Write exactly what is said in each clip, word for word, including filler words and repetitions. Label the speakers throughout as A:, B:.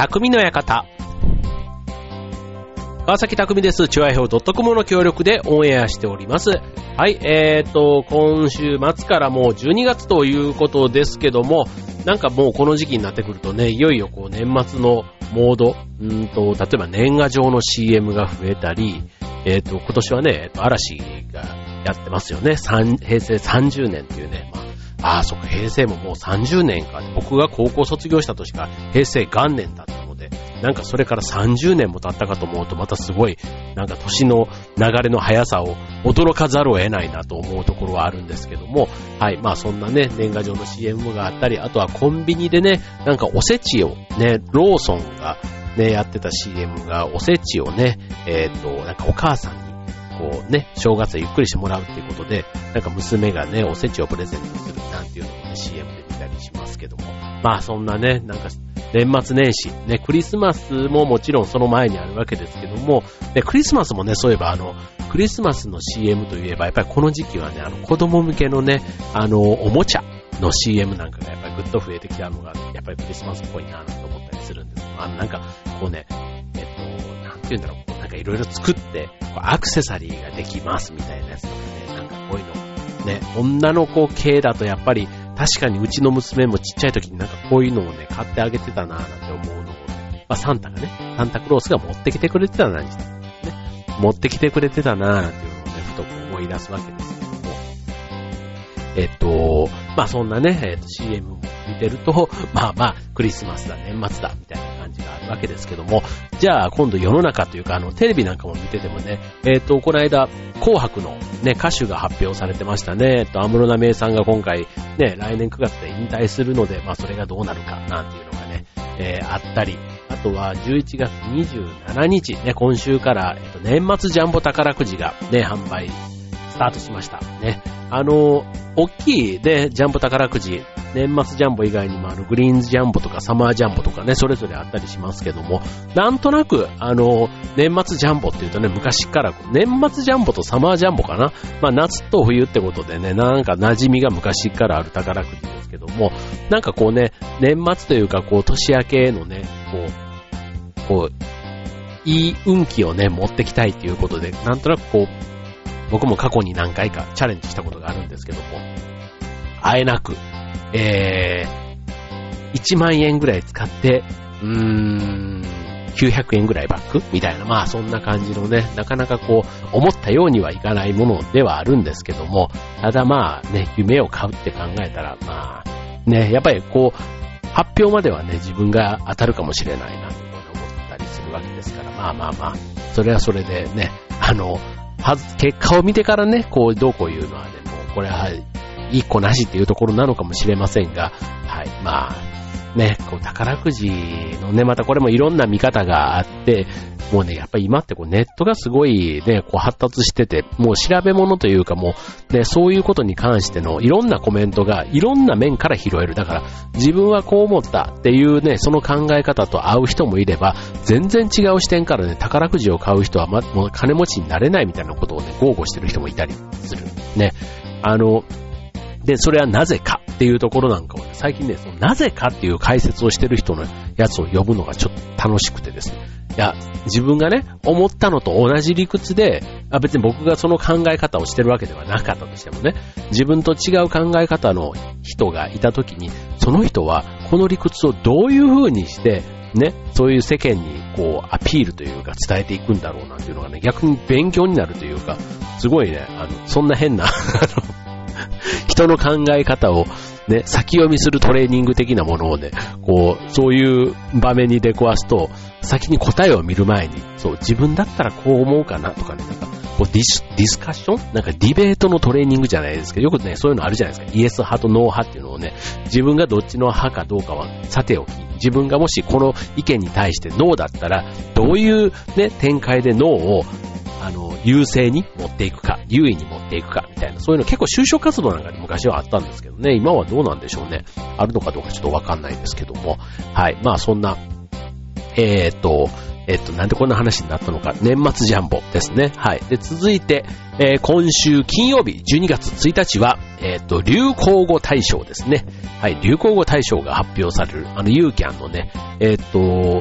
A: 匠の館。川崎匠です。チュアヘオ .com の協力でオンエアしております。はい、えーと、今週末からもうじゅうにがつということですけども、なんかもうこの時期になってくるとね、いよいよこう年末のモード、うんと、例えば年賀状の シーエム が増えたり、えーと、今年はね、嵐がやってますよね。へいせいさんじゅうねんっていうね、まあ、ああ、そっか、平成ももうさんじゅうねんか。僕が高校卒業した年が平成元年だったので、なんかそれからさんじゅうねんも経ったかと思うとまたすごいなんか年の流れの速さを驚かざるを得ないなと思うところはあるんですけども、はい、まあそんなね年賀状の シーエム があったり、あとはコンビニでねなんかおせちをねローソンがねやってた シーエム がおせちをねえっとなんかお母さんにこうね正月はゆっくりしてもらうっていうことでなんか娘がねおせちをプレゼントするなんていうのもね シーエム で見たりしますけども、まあそんなねなんか年末年始、ね、クリスマスももちろんその前にあるわけですけども、でクリスマスもね、そういえばあの、クリスマスの シーエム といえば、やっぱりこの時期はね、あの、子供向けのね、あの、おもちゃの シーエム なんかがやっぱりぐっと増えてきたのが、やっぱりクリスマスっぽいなと思ったりするんですけど、あの、なんか、こうね、えっと、なんて言うんだろう、なんかいろいろ作って、アクセサリーができますみたいなやつとかね、なんかこういうの、ね、女の子系だとやっぱり、確かにうちの娘もちっちゃい時になんかこういうのをね、買ってあげてたなぁなんて思うのを、まあサンタがね、サンタクロースが持ってきてくれてたなぁ、ね、持ってきてくれてたなぁなんていうのをね、ふと思い出すわけですけども、えっと、まあそんなね、えっと シーエム を見てると、まあまあクリスマスだ、年末だ、みたいな感じがあるわけですけども、じゃあ今度世の中というかあのテレビなんかも見ててもね、えっとこの間紅白のね歌手が発表されてましたね。えっと安室奈美恵さんが今回ね来年くがつで引退するので、まあそれがどうなるかなんていうのがね、えー、あったり、あとはじゅういちがつにじゅうしちにちね今週から、えっと、年末ジャンボ宝くじがね販売スタートしましたね。あの大きいねジャンボ宝くじ、年末ジャンボ以外にもあのグリーンズジャンボとかサマージャンボとかねそれぞれあったりしますけども、なんとなくあの年末ジャンボっていうとね昔から年末ジャンボとサマージャンボかな、まあ夏と冬ってことでねなんか馴染みが昔からある宝くじですけども、なんかこうね年末というかこう年明けのねこうこういい運気をね持ってきたいっていうことで、なんとなくこう僕も過去に何回かチャレンジしたことがあるんですけども、あえなくえー、いちまんえんぐらい使って、うーん、きゅうひゃくえんぐらいバックみたいな、まあそんな感じのね、なかなかこう、思ったようにはいかないものではあるんですけども、ただまあね、夢を買うって考えたら、まあ、ね、やっぱりこう、発表まではね、自分が当たるかもしれないなと思ったりするわけですから、まあまあまあ、それはそれでね、あの、はず、結果を見てからね、こう、どうこう言うのはね、もうこれは、いい子なしっていうところなのかもしれませんが、はい、まあ、ね、こう宝くじのね、またこれもいろんな見方があって、もうね、やっぱり今ってこうネットがすごいね、こう発達してて、もう調べ物というかもう、ね、そういうことに関してのいろんなコメントがいろんな面から拾える。だから、自分はこう思ったっていうね、その考え方と合う人もいれば、全然違う視点からね、宝くじを買う人はま、もう金持ちになれないみたいなことをね、豪語してる人もいたりする。ね。あの、で、それはなぜかっていうところなんかをね、最近ね、そのなぜかっていう解説をしてる人のやつを呼ぶのがちょっと楽しくてですね。いや、自分がね、思ったのと同じ理屈で、あ、別に僕がその考え方をしてるわけではなかったとしてもね、自分と違う考え方の人がいたときに、その人はこの理屈をどういう風にして、ね、そういう世間にこうアピールというか伝えていくんだろうなんていうのがね、逆に勉強になるというか、すごいね、あの、そんな変な、あの、人の考え方をね、先読みするトレーニング的なものをね、こう、そういう場面に出くわすと、先に答えを見る前に、そう、自分だったらこう思うかなとかね、なんか、こうディス、ディスカッションなんかディベートのトレーニングじゃないですけど、よくね、そういうのあるじゃないですか。イエス派とノー派っていうのをね、自分がどっちの派かどうかはさておき、自分がもしこの意見に対してノーだったら、どういうね、展開でノーを、あの、優勢に持っていくか、優位に持っていくか、みたいな、そういうの結構就職活動なんかで昔はあったんですけどね、今はどうなんでしょうね。あるのかどうかちょっとわかんないですけども、はい、まあそんな、えーっと、えっと、なんでこんな話になったのか、年末ジャンボですね。はい。で、続いて、えー、今週金曜日、じゅうにがつついたちは、えっと、流行語大賞ですね。はい。流行語大賞が発表される、あの、ユーキャンのね、えっと、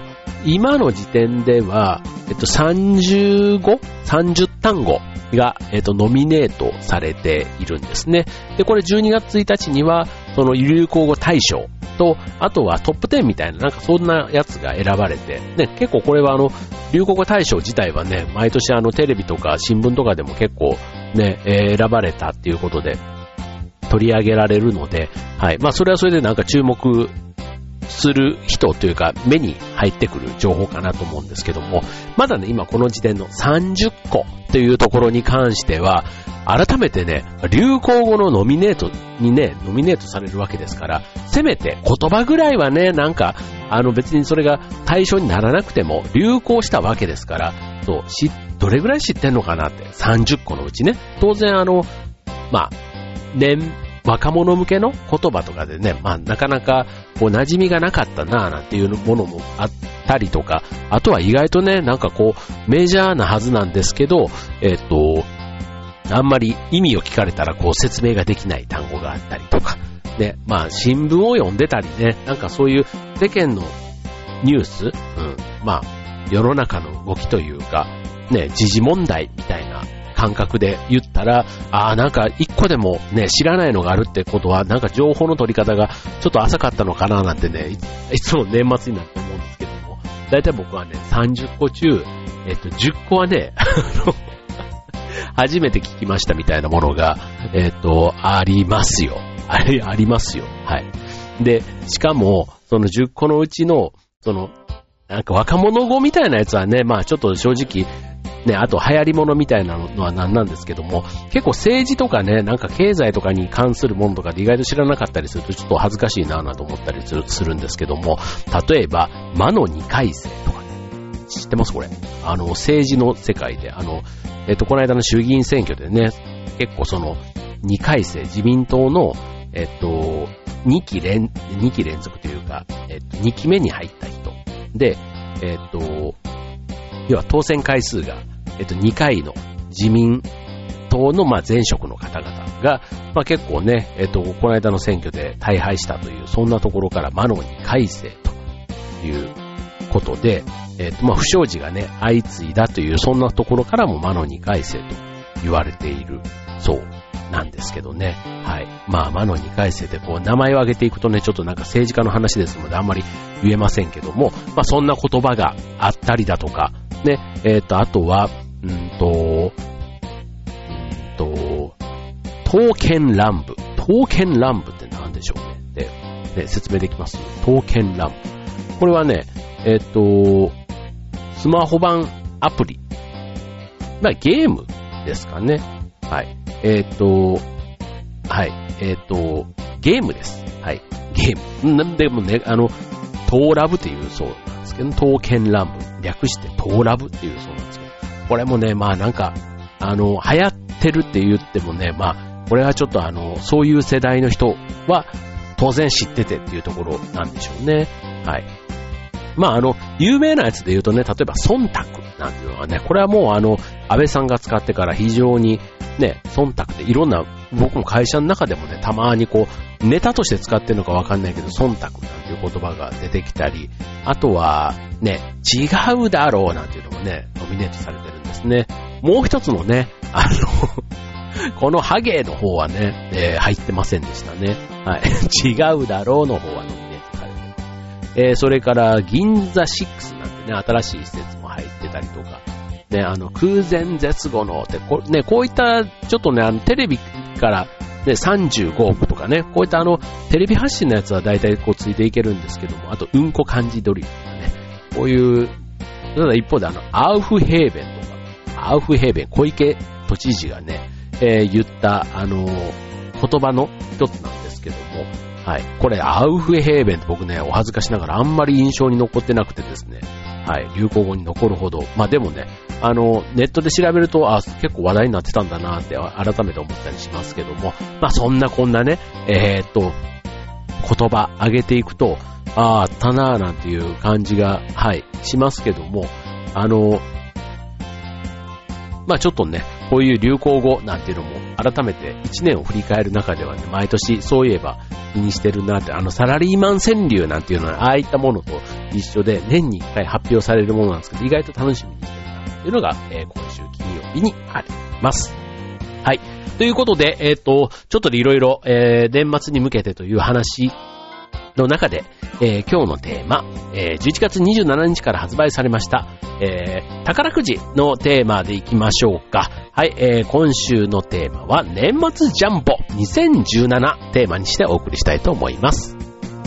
A: 今の時点では、えっと、さんじゅうご、さんじゅう単語が、えっと、ノミネートされているんですね。で、これじゅうにがつついたちには、その流行語大賞と、あとはトップじゅうみたいな、なんかそんなやつが選ばれて、ね、結構これはあの、流行語大賞自体はね、毎年あの、テレビとか新聞とかでも結構ね、えー、選ばれたっていうことで、取り上げられるので、はい。まあ、それはそれでなんか注目する人というか、目に入ってくる情報かなと思うんですけども、まだね、今この時点のさんじゅっこというところに関しては、改めてね、流行語のノミネートにね、ノミネートされるわけですから、せめて言葉ぐらいはね、なんか、あの別にそれが対象にならなくても流行したわけですから、そう、し、どれぐらい知ってんのかなって、さんじゅっこのうちね、当然あの、まあ、年、若者向けの言葉とかでね、まあなかなかこう馴染みがなかったなぁなんていうものもあったりとか、あとは意外とね、なんかこうメジャーなはずなんですけど、えっと、あんまり意味を聞かれたらこう説明ができない単語があったりとか、ね、まあ新聞を読んでたりね、なんかそういう世間のニュース、うん、まあ世の中の動きというか、ね、時事問題みたいな感覚で言ったら、ああ、なんか一個でもね、知らないのがあるってことは、なんか情報の取り方がちょっと浅かったのかななんてね、いつ、いつも年末になって思うんですけども、だいたい僕はね、さんじゅっこ中、えっと、じゅっこはね、初めて聞きましたみたいなものが、えっと、ありますよ。あれ、ありますよ。はい。で、しかも、そのじゅっこのうちの、その、なんか若者語みたいなやつはね、まあちょっと正直、ね、あと流行り物みたいなのは何なんですけども、結構政治とかね、なんか経済とかに関するものとかで意外と知らなかったりするとちょっと恥ずかしいなぁなと思ったりするんですけども、例えば、魔の二回生とかね、知ってますこれ？あの、政治の世界で、あの、えっと、この間の衆議院選挙でね、結構その、二回生、自民党の、えっと、二期連、二期連続というか、えっと、二期目に入った人で、えっと、要は当選回数が、えっと、にかいの自民党の、まあ、前職の方々が、まあ、結構ね、えっと、この間の選挙で大敗したという、そんなところから魔のにかい生ということで、えっと、まあ、不祥事がね、相次いだという、そんなところからも魔のにかい生と言われているそうなんですけどね。はい。まあ、魔のにかい生でこう、名前を挙げていくとね、ちょっとなんか政治家の話ですので、あんまり言えませんけども、まあ、そんな言葉があったりだとか、ね、えっと、あとは、うんと、うんと、刀剣乱舞。刀剣乱舞って何でしょうね。で、ね、説明できます？刀剣乱舞。これはね、えっと、スマホ版アプリ。まあ、ゲームですかね。はい。えっと、はい。えっと、ゲームです。はい。ゲーム。なんでもね、あの、刀ラブっていうそうなんですけど、刀剣乱舞。略して刀ラブっていうそうなんですけど、これもね、まあなんか、あの、流行ってるって言ってもね、まあ、これはちょっとあの、そういう世代の人は当然知っててっていうところなんでしょうね。はい。まああの、有名なやつで言うとね、例えば忖度なんていうのはね、これはもうあの、安倍さんが使ってから非常にね、忖度っていろんな、僕も会社の中でもね、たまにこう、ネタとして使ってるのかわかんないけど、忖度なんていう言葉が出てきたり、あとは、ね、違うだろうなんていうのもね、ノミネートされてるんですね。もう一つのね、あの、このハゲの方はね、えー、入ってませんでしたね。はい。違うだろうの方はノミネートされてる。えー、それから銀座ろくなんてね、新しい施設も入ってたりとか、ね、あの、空前絶後のって、こ, ね、こういった、ちょっとね、あの、テレビから、ね、さんじゅうごおくとかね、こういったあの、テレビ発信のやつは大体こうついていけるんですけども、あと、うんこ漢字ドリルとかね、こういう、ただ一方であの、アウフヘーベンとか、アウフヘーベン、小池都知事がね、えー、言った、あのー、言葉の一つなんですけども、はい。これ、アウフヘーベンって僕ね、お恥ずかしながらあんまり印象に残ってなくてですね、はい。流行語に残るほど。まあでもね、あの、ネットで調べると、あ、結構話題になってたんだなって改めて思ったりしますけども、まあそんなこんなね、えー、っと、言葉上げていくと、ああ、あったなーなんていう感じが、はい、しますけども、あの、まあちょっとね、 こういう流行語なんていうのも改めていちねんを振り返る中ではね、毎年そういえば気にしてるなって、あのサラリーマン川柳なんていうのはああいったものと一緒で年にいっかい発表されるものなんですけど、意外と楽しみにしてるなっていうのが、えー、今週金曜日にあります。はい。ということで、えっと、ちょっとでいろいろ、えー、年末に向けてという話の中で、えー、今日のテーマ、えー、じゅういちがつにじゅうしちにちから発売されました、えー、宝くじのテーマでいきましょうか。はい、えー、今週のテーマは年末ジャンボにせんじゅうななテーマにしてお送りしたいと思います。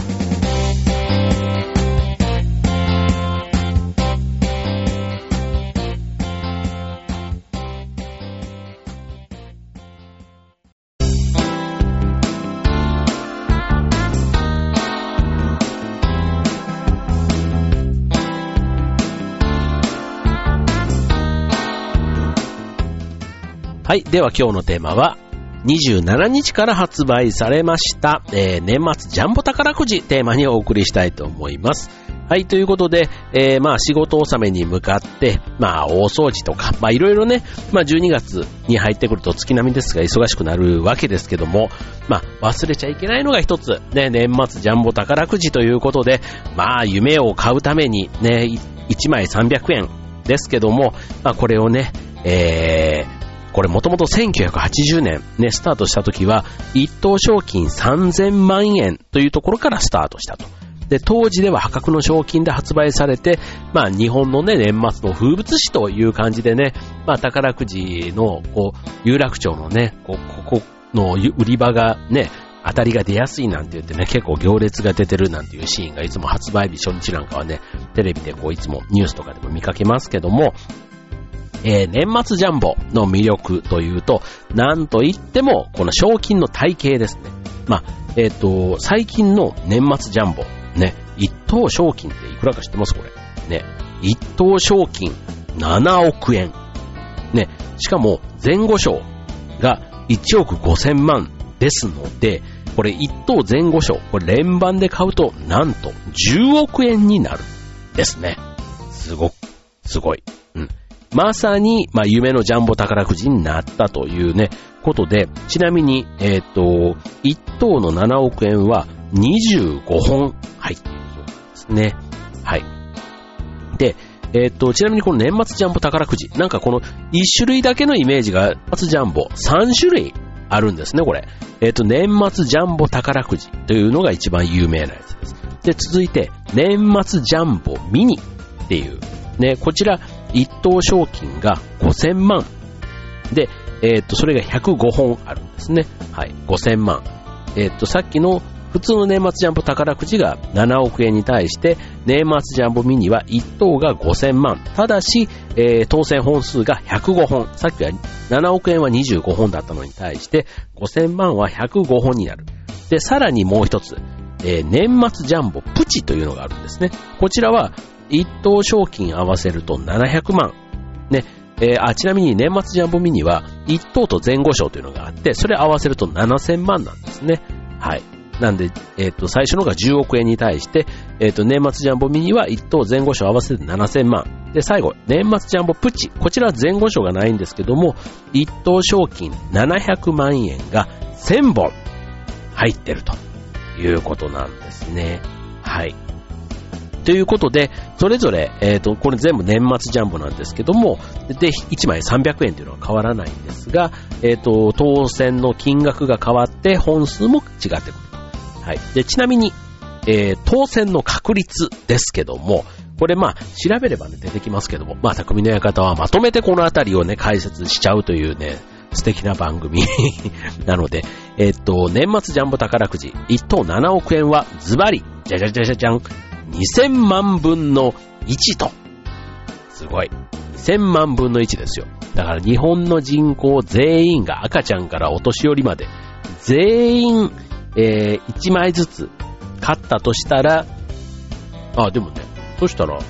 A: はい。では今日のテーマは、にじゅうしちにちから発売されました、えー、年末ジャンボ宝くじテーマにお送りしたいと思います。はい。ということで、えー、まあ仕事納めに向かって、まあ大掃除とか、まあいろいろね、まあじゅうにがつに入ってくると月並みですが忙しくなるわけですけども、まあ忘れちゃいけないのが一つ、ね、年末ジャンボ宝くじということで、まあ夢を買うためにね、いちまいさんびゃくえんですけども、まあこれをね、えー、これもともとせんきゅうひゃくはちじゅうねんね、スタートした時は一等賞金さんぜんまんえんというところからスタートしたと。で、当時では破格の賞金で発売されて、まあ日本のね、年末の風物詩という感じでね、まあ宝くじの、こう、有楽町のね、こう、ここの売り場がね、当たりが出やすいなんて言ってね、結構行列が出てるなんていうシーンがいつも発売日初日なんかはね、テレビでこういつもニュースとかでも見かけますけども、えー、年末ジャンボの魅力というと、なんといっても、この賞金の体系ですね。まあ、えっと、最近の年末ジャンボ、ね、一等賞金っていくらか知ってますこれ。ね、一等賞金ななおくえん。ね、しかも前後賞がいちおくごせんまんですので、これ一等前後賞、これ連番で買うと、なんとじゅうおくえんになる。ですね。すごく、すごい。うん。まさに、まあ、夢のジャンボ宝くじになったというね、ことで、ちなみに、えっと、一等のななおくえんはにじゅうごほん入っているそうですね。はい。で、えっと、ちなみにこの年末ジャンボ宝くじ、なんかこのいち種類だけのイメージが、年末ジャンボさん種類あるんですね、これ。えっと、年末ジャンボ宝くじというのが一番有名なやつです。で、続いて、年末ジャンボミニっていう、ね、こちら、一等賞金がごせんまん。で、えっと、それがひゃくごほんあるんですね。はい、ごせんまん。えっと、さっきの普通の年末ジャンボ宝くじがななおくえんに対して、年末ジャンボミニは一等がごせんまん。ただし、えー、当選本数がひゃくごほん。さっきはななおくえんはにじゅうごほんだったのに対して、ごせんまんはひゃくごほんになる。で、さらにもう一つ、えー、年末ジャンボプチというのがあるんですね。こちらは、一等賞金合わせるとななひゃくまん。ね。えー、あ、ちなみに年末ジャンボミニは一等と前後賞というのがあって、それ合わせるとななせんまんなんですね。はい。なんで、えっと、最初のがじゅうおくえんに対して、えっと、年末ジャンボミニは一等前後賞合わせてななせんまん。で、最後、年末ジャンボプチ。こちらは前後賞がないんですけども、一等賞金ななひゃくまんえんがせんぼん入ってるということなんですね。はい。ということで、それぞれ、えっと、これ全部年末ジャンボなんですけども、で、いちまいさんびゃくえんというのは変わらないんですが、えっと、当選の金額が変わって本数も違ってくる。はい。で、ちなみに、えー、当選の確率ですけども、これまあ、調べればね、出てきますけども、まあ、匠の館はまとめてこのあたりをね、解説しちゃうというね、素敵な番組なので、えっと、年末ジャンボ宝くじ、一等ななおくえんはズバリ、じゃじゃじゃじゃじゃん、にせんまんぶんのいちと。すごい。にせんまんぶんのいちですよ。だから日本の人口全員が赤ちゃんからお年寄りまで、全員、えー、いちまいずつ買ったとしたら、あ、でもね、そしたら、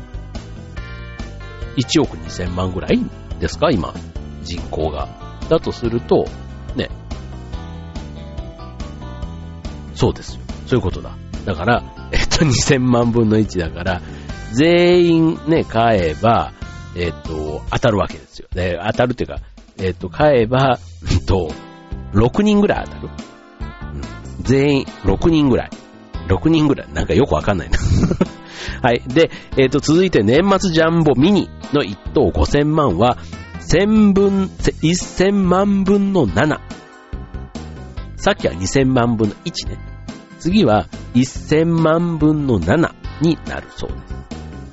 A: いちおくにせんまんぐらいですか今、人口が。だとすると、ね。そうですよ。そういうことだ。だから、えっと、にせんまんぶんのいちだから、全員ね、買えば、えっと、当たるわけですよ。で、当たるっていうか、 えっと、買えば、うんと、ろくにんぐらい当たる、うん、全員ろくにんぐらい。ろくにんぐらい。なんかよくわかんないな。はい。で、えっと、続いて年末ジャンボミニのいっ等ごせんまんは、千分、せんまんぶんのなな。さっきはにせんまんぶんのいちね。次はせんまんぶんのななになるそうです。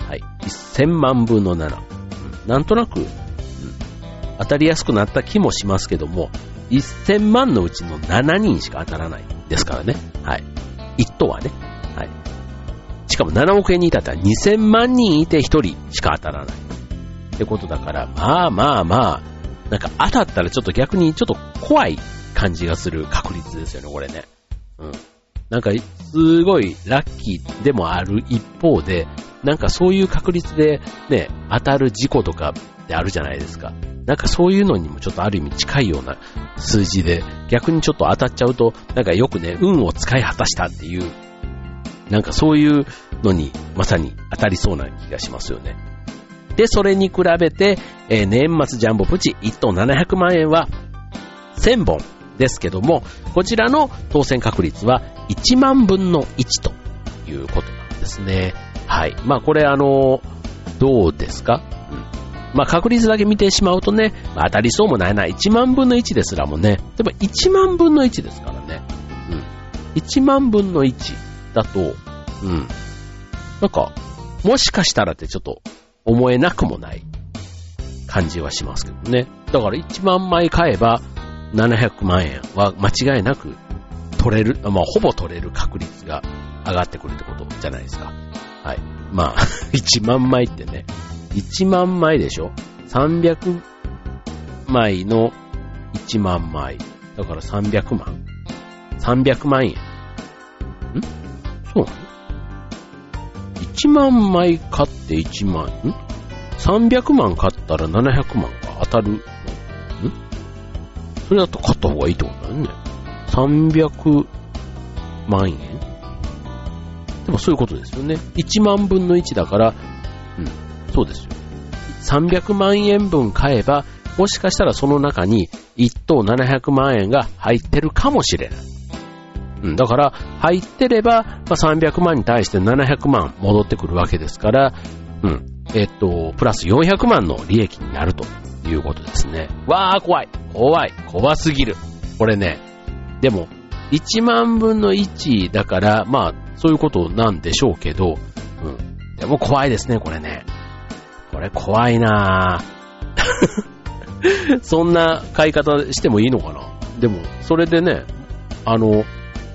A: はい。せんまんぶんのなな。うん、なんとなく、うん、当たりやすくなった気もしますけども、せんまんのうちのしちにんしか当たらないですからね。はい。いっ等はね。はい。しかもななおくえんに至ってはにせんまんにんいてひとりしか当たらない。ってことだから、まあまあまあ、なんか当たったらちょっと逆にちょっと怖い感じがする確率ですよね、これね。うん。なんか、すごいラッキーでもある一方で、なんかそういう確率でね、当たる事故とかってあるじゃないですか。なんかそういうのにもちょっとある意味近いような数字で、逆にちょっと当たっちゃうと、なんかよくね、運を使い果たしたっていう、なんかそういうのにまさに当たりそうな気がしますよね。で、それに比べて、えー、年末ジャンボプチいっ等ななひゃくまんえんはせんぼんですけども、こちらの当選確率はいちまんぶんのいちということなんですね。はい。まあこれあの、どうですか？うん。まあ確率だけ見てしまうとね、まあ、当たりそうもないな。いちまんぶんのいちですらもね。でもいちまんぶんのいちですからね。うん。いちまんぶんのいちだと、うん。なんか、もしかしたらってちょっと思えなくもない感じはしますけどね。だからいちまんまい買えばななひゃくまんえんは間違いなく取れる、まあほぼ取れる確率が上がってくるってことじゃないですか。はい。まあ、いちまんまいってね、いちまんまいでしょ ?さんびゃくまいのいちまんまい。だからさんびゃくまん。さんびゃくまんえん。んそうなの ?いちまんまい買っていちまん、ん ?さんびゃくまん買ったらななひゃくまんが当たるの？んそれだと買った方がいいってことだよね。さんびゃくまんえん？でもそういうことですよね。いちまんぶんのいちだから、うん、そうですよ。さんびゃくまんえんぶん買えば、もしかしたらその中にいっ等ななひゃくまんえんが入ってるかもしれない。うん、だから、入ってれば、まあ、さんびゃくまんに対してななひゃくまん戻ってくるわけですから、うん、えっと、プラスよんひゃくまんの利益になるということですね。わー、怖い。怖い。怖すぎる。これね、でも、いちまんぶんのいちだから、まあ、そういうことなんでしょうけど、うん。でも怖いですね、これね。これ怖いなぁ。そんな買い方してもいいのかな？でも、それでね、あの、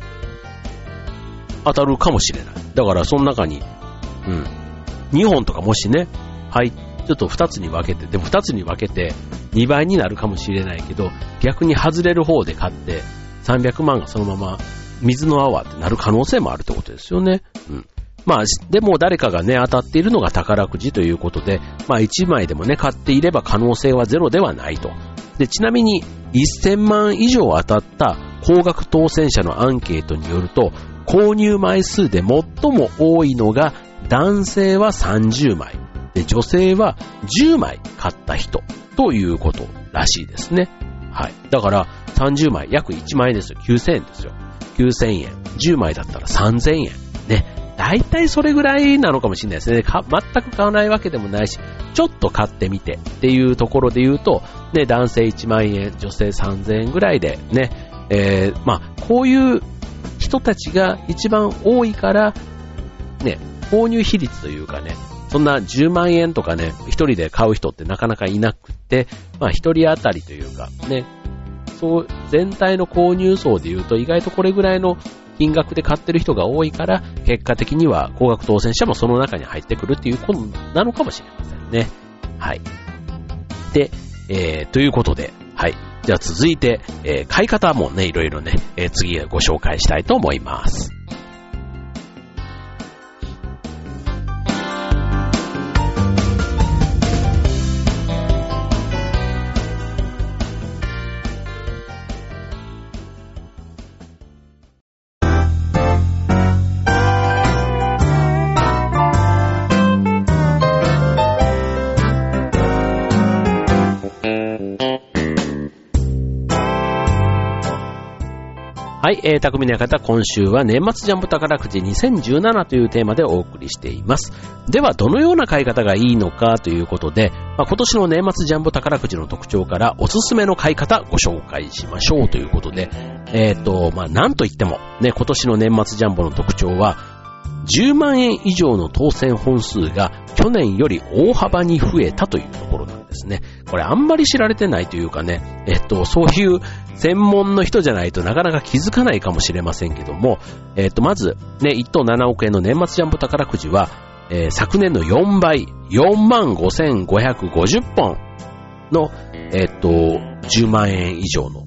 A: 当たるかもしれない。だから、その中に、うん。にほんとかもしね、はい、ちょっとふたつに分けて、でもふたつに分けてにばいになるかもしれないけど、逆に外れる方で買って、さんびゃくまんがそのまま水の泡ってなる可能性もあるってことですよね。うん。まあ、でも誰かがね、当たっているのが宝くじということで、まあいちまいでもね、買っていれば可能性はゼロではないと。で、ちなみにせんまん以上当たった高額当選者のアンケートによると、購入枚数で最も多いのが男性はさんじゅうまい、で女性はじゅうまい買った人ということらしいですね。はい。だからさんじゅうまい、約いちまんえんですよ。きゅうせんえんですよ。きゅうせんえん。じゅうまいだったらさんぜんえん。ね。だいたいそれぐらいなのかもしれないですね。か全く買わないわけでもないし、ちょっと買ってみてっていうところで言うと、ね、男性いちまんえん、女性さんぜんえんぐらいでね、えー、まあ、こういう人たちが一番多いから、ね、購入比率というかね、そんなじゅうまんえんとかね、一人で買う人ってなかなかいなくって、まあ一人当たりというかね、そう、全体の購入層で言うと意外とこれぐらいの金額で買ってる人が多いから、結果的には高額当選者もその中に入ってくるっていうことなのかもしれませんね。はい。で、えー、ということで、はい。じゃあ続いて、えー、買い方もね、いろいろね、えー、次ご紹介したいと思います。 はい、えー、匠の館、今週は年末ジャンボ宝くじにせんじゅうななというテーマでお送りしています。では、どのような買い方がいいのかということで、まあ、今年の年末ジャンボ宝くじの特徴からおすすめの買い方ご紹介しましょうということで、えっと、まあ、なんといっても、ね、今年の年末ジャンボの特徴は、じゅうまんえん以上の当選本数が去年より大幅に増えたというところなんですね。これあんまり知られてないというかね、えっと、そういう専門の人じゃないとなかなか気づかないかもしれませんけども、えっと、まず、ね、いっ等ななおくえんの年末ジャンボ宝くじは、えー、昨年のよんばい、よんまんごせんごひゃくごじゅっぽんの、えっと、じゅうまんえん以上の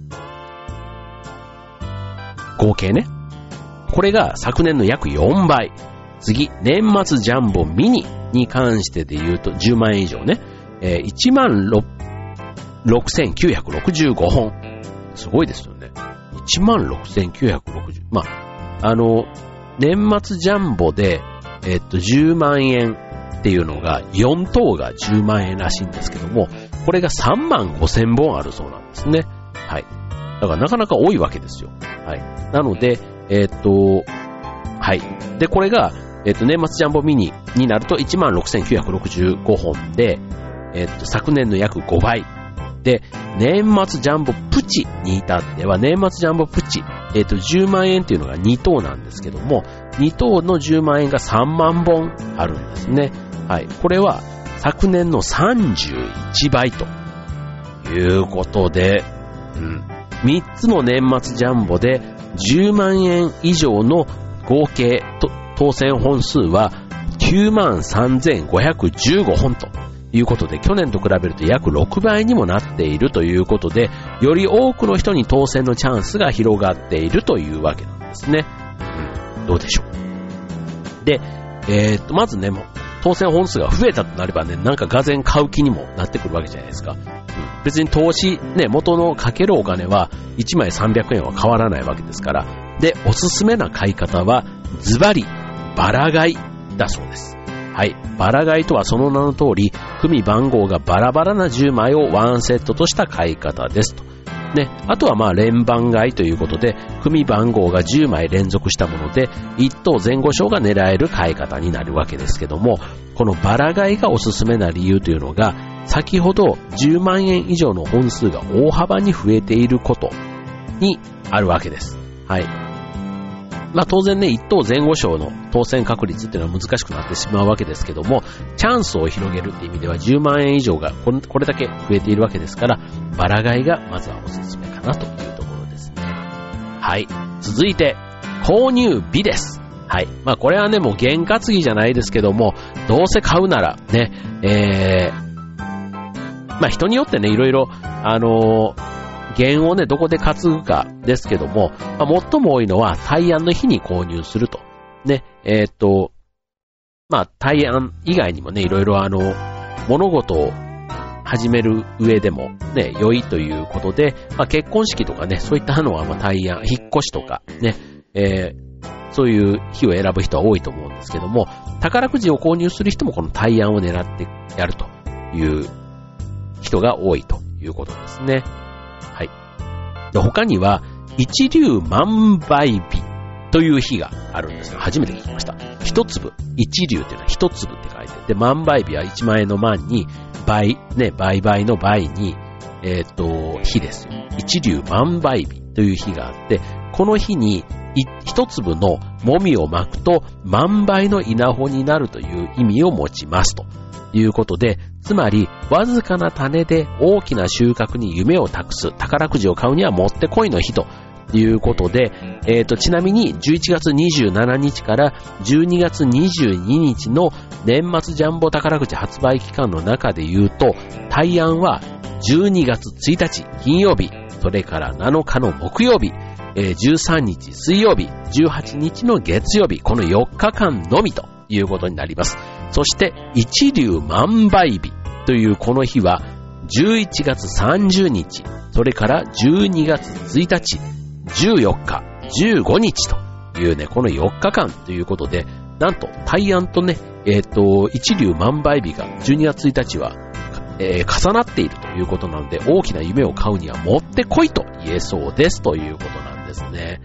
A: 合計ね。これが昨年の約よんばい。次、年末ジャンボミニに関してで言うとじゅうまんえん以上ね。えー、いちまんろくせんきゅうひゃくろくじゅうごほん。すごいですよね。いちまんろくせんきゅうひゃくろくじゅう。まあ、あの、年末ジャンボで、えっと、じゅうまんえんっていうのがよん等がじゅうまんえんらしいんですけども、これがさんまんごせんぼんあるそうなんですね。はい。だからなかなか多いわけですよ。はい。なので、えっと、はい。で、これが、えっと、年末ジャンボミニになると いちまんろくせんきゅうひゃくろくじゅうごほんで、えっと、昨年の約ごばい。で、年末ジャンボプチに至っては、年末ジャンボプチ、えっと、じゅうまんえんっていうのがに等なんですけども、に等のじゅうまんえんがさんまんぼんあるんですね。はい。これは、昨年のさんじゅういちばいということで、うん。みっつの年末ジャンボでじゅうまんえん以上の合計と当選本数は きゅうまんさんぜんごひゃくじゅうごほんということで、去年と比べると約ろくばいにもなっているということで、より多くの人に当選のチャンスが広がっているというわけなんですね。うん、どうでしょう。で、えー、っと、まずね、もう当選本数が増えたとなればね、なんかがぜん買う気にもなってくるわけじゃないですか。うん、別に投資、ね、元のかけるお金はいちまいさんびゃくえんは変わらないわけですから。で、おすすめな買い方は、ズバリ、バラ買いだそうです。はい。バラ買いとはその名の通り、組番号がバラバラなじゅうまいをワンセットとした買い方ですと。ね。あとはまあ連番買いということで、組番号がじゅうまい連続したもので、いっ等前後賞が狙える買い方になるわけですけども、このバラ買いがおすすめな理由というのが、先ほどじゅうまんえん以上の本数が大幅に増えていることにあるわけです。はい。まあ当然ね、いっ等前後賞の当選確率っていうのは難しくなってしまうわけですけども、チャンスを広げるっていう意味ではじゅうまんえん以上がこれだけ増えているわけですから、バラ買いがまずはおすすめかなというところですね。はい。続いて、購入日です。はい。まあこれはね、もう験担ぎじゃないですけども、どうせ買うならね、えー、まあ人によってね、いろいろ、あのー、弦をね、どこで担ぐかですけども、まあ、最も多いのは大安の日に購入すると。ね、えー、っと、まあ、大安以外にもね、いろいろあの、物事を始める上でもね、良いということで、まあ、結婚式とかね、そういったのはまあ大安、引っ越しとかね、えー、そういう日を選ぶ人は多いと思うんですけども、宝くじを購入する人もこの大安を狙ってやるという人が多いということですね。はい。で、他には、一粒万倍日という日があるんですが、初めて聞きました。一粒。一粒っていうのは一粒って書いて、で、万倍日は一万円の万に、倍、ね、倍々の倍に、えっと、日ですよ。一粒万倍日という日があって、この日に、一粒のもみを巻くと、万倍の稲穂になるという意味を持ちますということで、つまり、わずかな種で大きな収穫に夢を託す宝くじを買うにはもってこいの日ということで、えっと、ちなみにじゅういちがつにじゅうしちにちからじゅうにがつにじゅうににちの年末ジャンボ宝くじ発売期間の中で言うと、大安はじゅうにがつついたち金曜日、それからなのかの木曜日、じゅうさんにち水曜日、じゅうはちにちの月曜日、このよっかかんのみということになります。そして一粒万倍日というこの日はじゅういちがつさんじゅうにち、それからじゅうにがつついたち、じゅうよっか、じゅうごにちというね、このよっかかんということで、なんと大安とね、えっと、一粒万倍日がじゅうにがつついたちは、えー、重なっているということなので、大きな夢を買うにはもってこいと言えそうですということなんですね。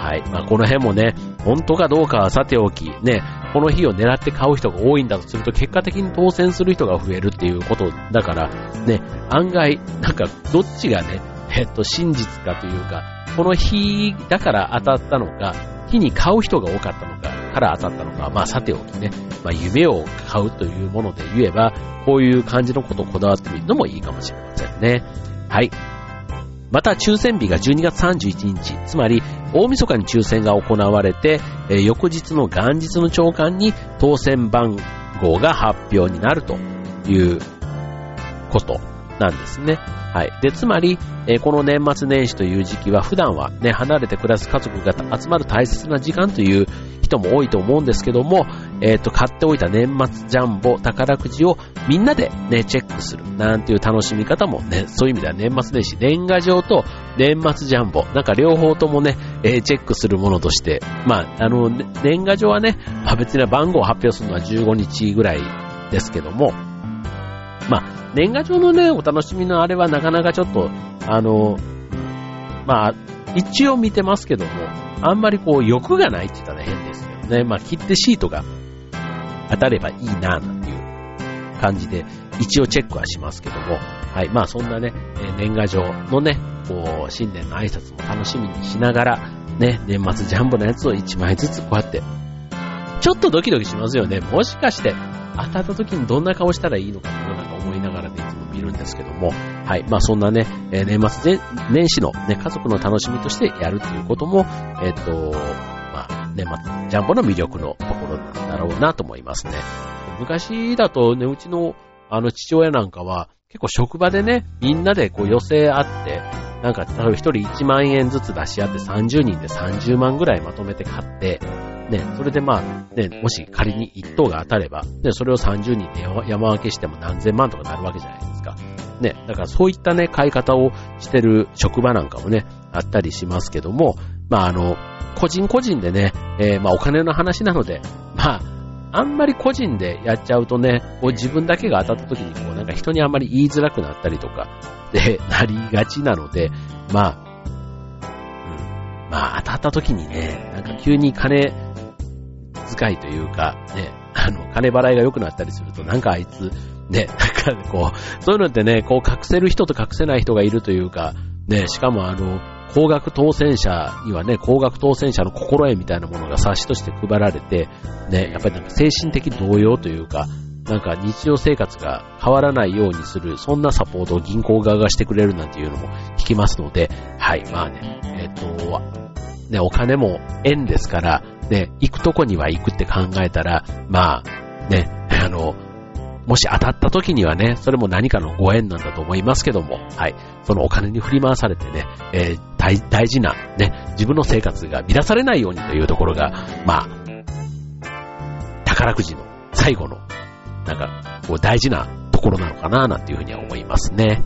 A: はい。まあ、この辺もね、本当かどうかはさておき、ね、この日を狙って買う人が多いんだとすると、結果的に当選する人が増えるっていうことだから、ね、案外、なんか、どっちがね、えっと、真実かというか、この日だから当たったのか、日に買う人が多かったのか、から当たったのか、まあ、さておきね、まあ、夢を買うというもので言えば、こういう感じのことをこだわってみるのもいいかもしれませんね。はい。また抽選日がじゅうにがつさんじゅういちにち、つまり大晦日に抽選が行われて、えー、翌日の元日の朝刊に当選番号が発表になるということなんですね。はい。で、つまり、えー、この年末年始という時期は普段はね、離れて暮らす家族が集まる大切な時間という人も多いと思うんですけども、えっと、買っておいた年末ジャンボ宝くじをみんなでね、チェックするなんていう楽しみ方もね、そういう意味では年末年始、年賀状と年末ジャンボ、なんか両方ともね、えー、チェックするものとして、まあ、あの、年賀状はね、まあ、別に番号を発表するのはじゅうごにちぐらいですけども、まあ、年賀状のね、お楽しみのあれはなかなかちょっと、あの、まあ、一応見てますけども、あんまりこう欲がないって言ったら変ですけどね。まあ切手シートが当たればいいななんていう感じで一応チェックはしますけども、はい。まあそんなね、年賀状のね、こう新年の挨拶も楽しみにしながらね、年末ジャンボのやつをいちまいずつこうやってちょっとドキドキしますよね。もしかして当たった時にどんな顔したらいいのかとなんか思いながらでいつも見るんですけども、はい。まあそんなね、えー、年末年始のね、家族の楽しみとしてやるっていうことも、えっと、まあ、年末ジャンボの魅力のところなんだろうなと思いますね。昔だとね、うちのあの父親なんかは結構職場でね、みんなでこう寄せ合って、なんか例えば一人いちまんえんずつ出し合ってさんじゅうにんでさんじゅうまんぐらいまとめて買って、ね、それでまあ、ね、もし仮にいっとうが当たれば、ね、それをさんじゅうにんで山分けしても何千万とかなるわけじゃないですか。ね、だからそういったね、買い方をしてる職場なんかもね、あったりしますけども、まああの、個人個人でね、えー、まあお金の話なので、まあ、あんまり個人でやっちゃうとね、こう自分だけが当たった時にこうなんか人にあんまり言いづらくなったりとかでなりがちなので、まあ、うん、まあ当たった時にね、なんか急に金使いというかね、あの金払いが良くなったりするとなんかあいつね、なんかこうそういうのってね、こう隠せる人と隠せない人がいるというかね、しかもあの高額当選者にはね、高額当選者の心得みたいなものが冊子として配られて、ね、やっぱりなんか精神的動揺というか、なんか日常生活が変わらないようにする、そんなサポートを銀行側がしてくれるなんていうのも聞きますので、はい、まあね、えっと、ね、お金も円ですから、ね、行くとこには行くって考えたら、まあ、ね、あの、もし当たった時にはね、それも何かのご縁なんだと思いますけども、はい。そのお金に振り回されてね、えー、大, 大事な、ね、自分の生活が乱されないようにというところが、まあ、宝くじの最後の、なんか、こう大事なところなのかな、なんていうふうには思いますね。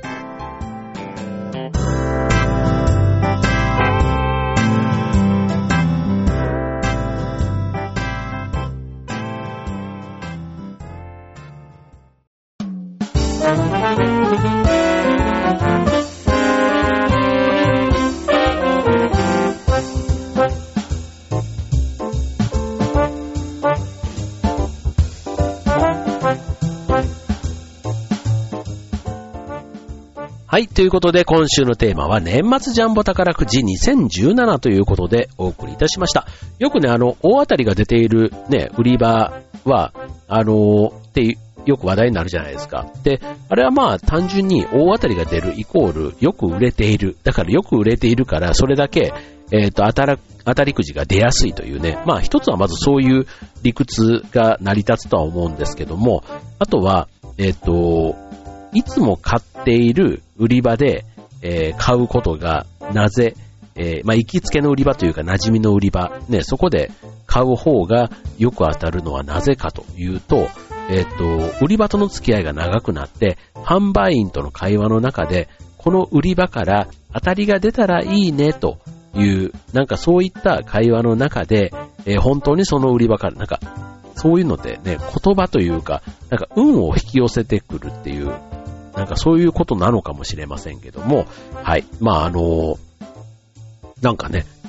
A: はい。ということで、今週のテーマは、年末ジャンボ宝くじにせんじゅうななということでお送りいたしました。よくね、あの、大当たりが出ているね、売り場は、あのー、ってよく話題になるじゃないですか。で、あれはまあ、単純に大当たりが出るイコール、よく売れている。だからよく売れているから、それだけ、えっと、当たら、当たりくじが出やすいというね。まあ、一つはまずそういう理屈が成り立つとは思うんですけども、あとは、えっと、いつも買っている売り場で、えー、買うことがなぜ、えー、まあ、行きつけの売り場というか馴染みの売り場、ね、そこで買う方がよく当たるのはなぜかというと、えっと、売り場との付き合いが長くなって、販売員との会話の中で、この売り場から当たりが出たらいいねという、なんかそういった会話の中で、えー、本当にその売り場から、なんか、そういうのでね、言葉というか、なんか運を引き寄せてくるっていう、なんかそういうことなのかもしれませんけども、はい。まああの、なんかね、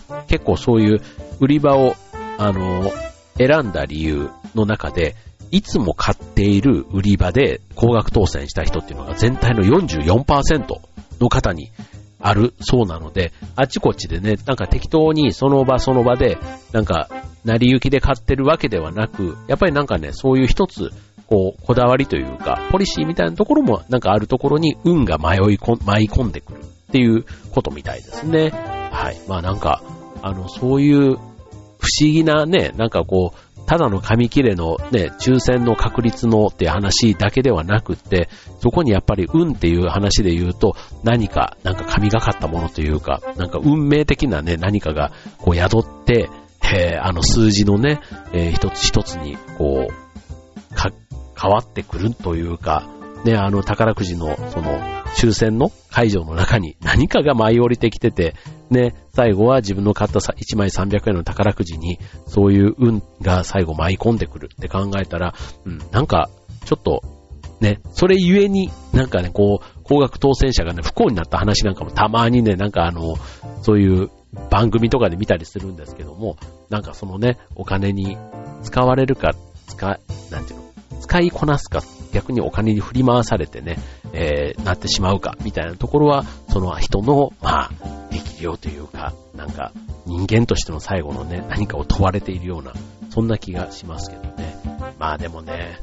A: 結構そういう売り場を、あの、選んだ理由の中で、いつも買っている売り場で高額当選した人っていうのが全体の よんじゅうよんパーセント の方にあるそうなので、あっちこっちでね、なんか適当にその場その場で、なんか成り行きで買ってるわけではなく、やっぱりなんかね、そういう一つ、こう、こだわりというか、ポリシーみたいなところもなんかあるところに運が迷いこん、舞い込んでくるっていうことみたいですね。はい。まあなんか、あの、そういう不思議なね、なんかこう、ただの紙切れのね、抽選の確率のっていう話だけではなくって、そこにやっぱり運っていう話で言うと、何か、なんか神がかったものというか、なんか運命的なね、何かがこう宿って、えー、あの数字のね、えー、一つ一つにこう、か、変わってくるというか、ね、あの宝くじのその抽選の会場の中に何かが舞い降りてきてて、ね、最後は自分の買ったいちまいさんびゃくえんの宝くじにそういう運が最後舞い込んでくるって考えたら、うん、なんかちょっとね、それゆえになんかね、こう高額当選者がね不幸になった話なんかもたまにね、なんかあのそういう番組とかで見たりするんですけども、なんかそのね、お金に使われるか使なんていうの使いこなすか、逆にお金に振り回されてね、えー、なってしまうかみたいなところは、その人のまあ力量というか、なんか人間としての最後のね、何かを問われているような、そんな気がしますけどね。まあでもね、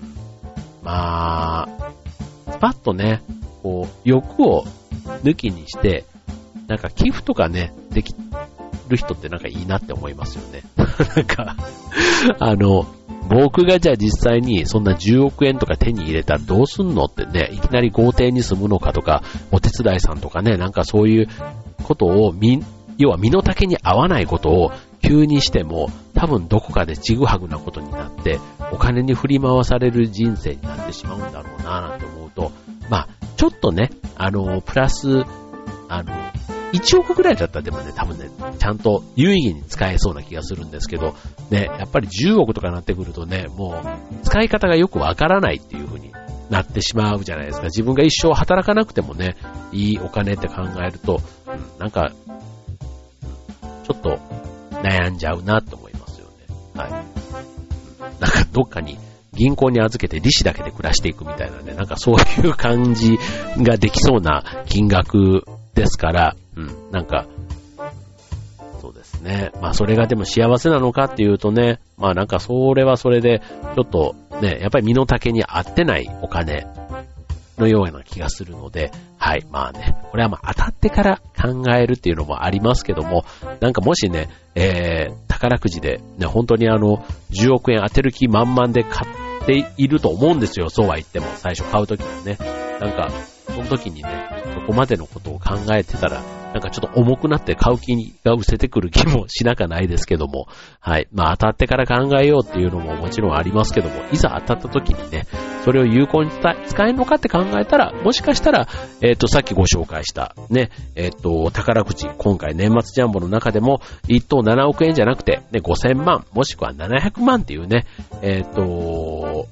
A: まあスパッとね、こう欲を抜きにして、なんか寄付とかねできる人ってなんかいいなって思いますよね。なんかあの。僕がじゃあ実際にそんなじゅうおくえんとか手に入れたらどうすんのってね、いきなり豪邸に住むのかとか、お手伝いさんとかね、なんかそういうことをみ、要は身の丈に合わないことを急にしても、多分どこかでちぐはぐなことになって、お金に振り回される人生になってしまうんだろうななんて思うと、まあ、ちょっとね、あの、プラス、あの、いちおくぐらいだったらでもね、多分ね、ちゃんと有意義に使えそうな気がするんですけど、ね、やっぱりじゅうおくとかになってくるとね、もう使い方がよくわからないっていう風になってしまうじゃないですか。自分が一生働かなくてもね、いいお金って考えると、うん、なんか、ちょっと悩んじゃうなと思いますよね。はい。なんかどっかに銀行に預けて利子だけで暮らしていくみたいなね、なんかそういう感じができそうな金額ですから、うん、なんか、そうですね。まあそれがでも幸せなのかっていうとね、まあなんかそれはそれで、ちょっとね、やっぱり身の丈に合ってないお金のような気がするので、はい、まあね、これはまあ当たってから考えるっていうのもありますけども、なんかもしね、えー、宝くじでね、本当にあの、じゅうおくえん当てる気満々で買っていると思うんですよ、そうは言っても。最初買うときにね。なんか、その時にね、そこまでのことを考えてたら、なんかちょっと重くなって買う気が失せてくる気もしなかないですけども、はい。まあ当たってから考えようっていうのももちろんありますけども、いざ当たった時にね、それを有効に使えるのかって考えたら、もしかしたら、えっと、さっきご紹介した、ね、えっと、宝くじ、今回年末ジャンボの中でも、一等ななおくえんじゃなくて、ね、ごせんまん、もしくはななひゃくまんっていうね、えっと、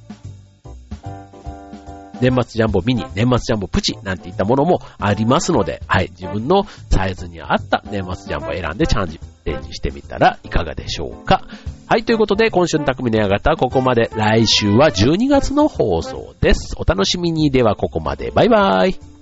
A: 年末ジャンボミニ、年末ジャンボプチなんていったものもありますので、はい、自分のサイズに合った年末ジャンボを選んでチャレンジしてみたらいかがでしょうか。はい、ということで今週の匠の館はここまで。来週はじゅうにがつの放送です。お楽しみに。ではここまで。バイバイ。